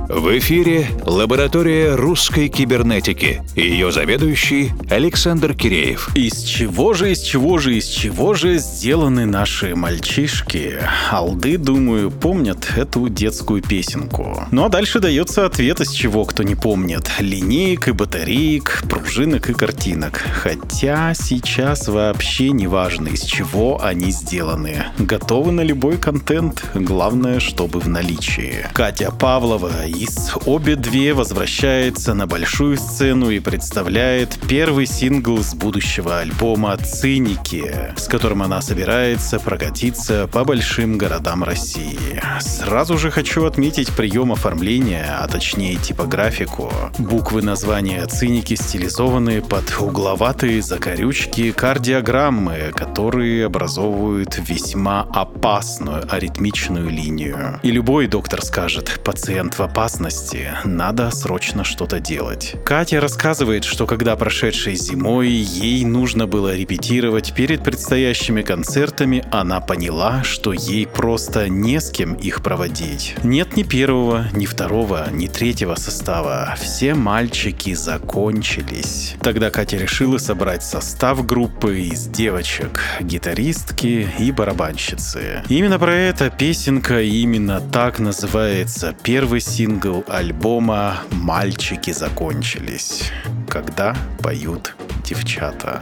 В эфире лаборатория русской кибернетики. Ее заведующий Александр Киреев. Из чего же сделаны наши мальчишки? Алды, думаю, помнят эту детскую песенку. Ну а дальше дается ответ, из чего кто не помнит. Линеек и батареек, пружинок и картинок. Хотя сейчас вообще не важно, из чего они сделаны. Готовы на любой контент, главное, чтобы в наличии. Катя Павлова из «Обе-две» возвращается на большую сцену и представляет первый сингл с будущего альбома «Циники», с которым она собирается прокатиться по большим городам России. Сразу же хочу отметить прием оформления, а точнее типографику. Буквы названия «Циники» стилизованы под угловатые закорючки кардиограммы, которые образовывают весьма опасную аритмичную линию. И любой доктор скажет: пациент в опасности, надо срочно что-то делать. Катя рассказывает, что когда прошедшей зимой ей нужно было репетировать перед предстоящими концертами, она поняла, что ей просто не с кем их проводить. Нет ни первого, ни второго, ни третьего состава. Все мальчики закончились. Тогда Катя решила собрать состав группы из девочек, гитаристки и барабанщицы. Именно про это песенка, и именно так называется первый сингл альбома «Мальчики закончились», когда поют девчата.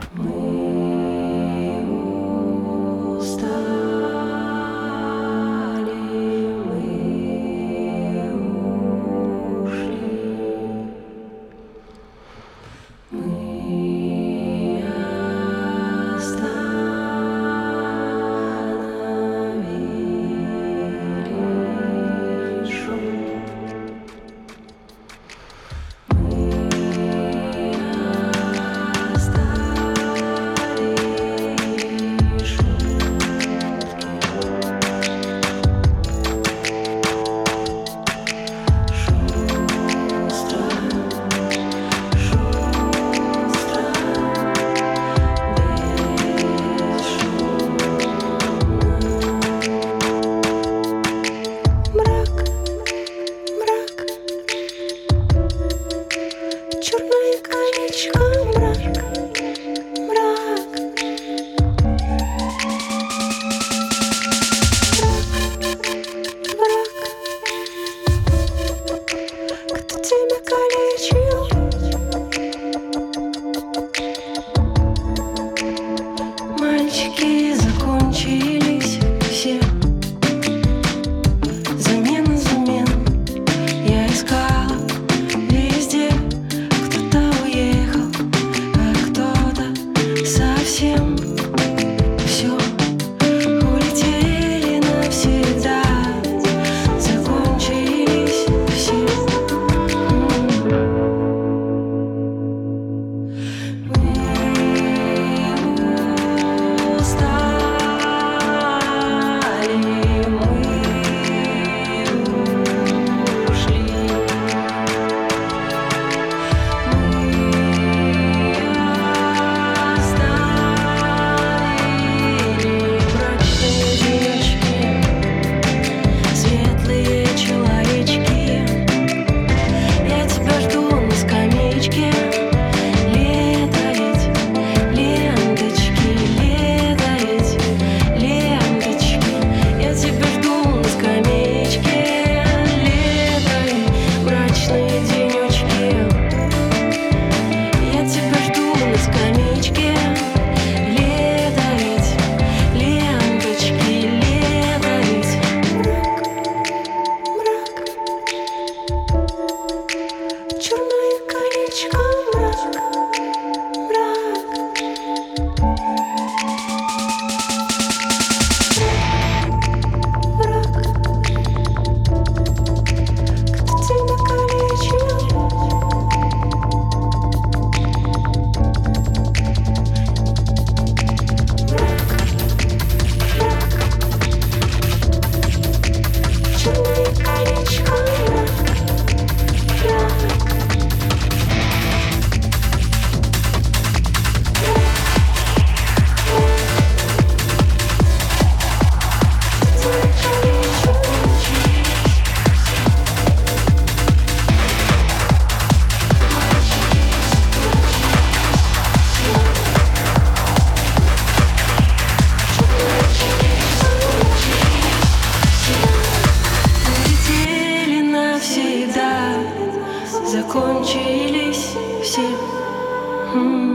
закончились все.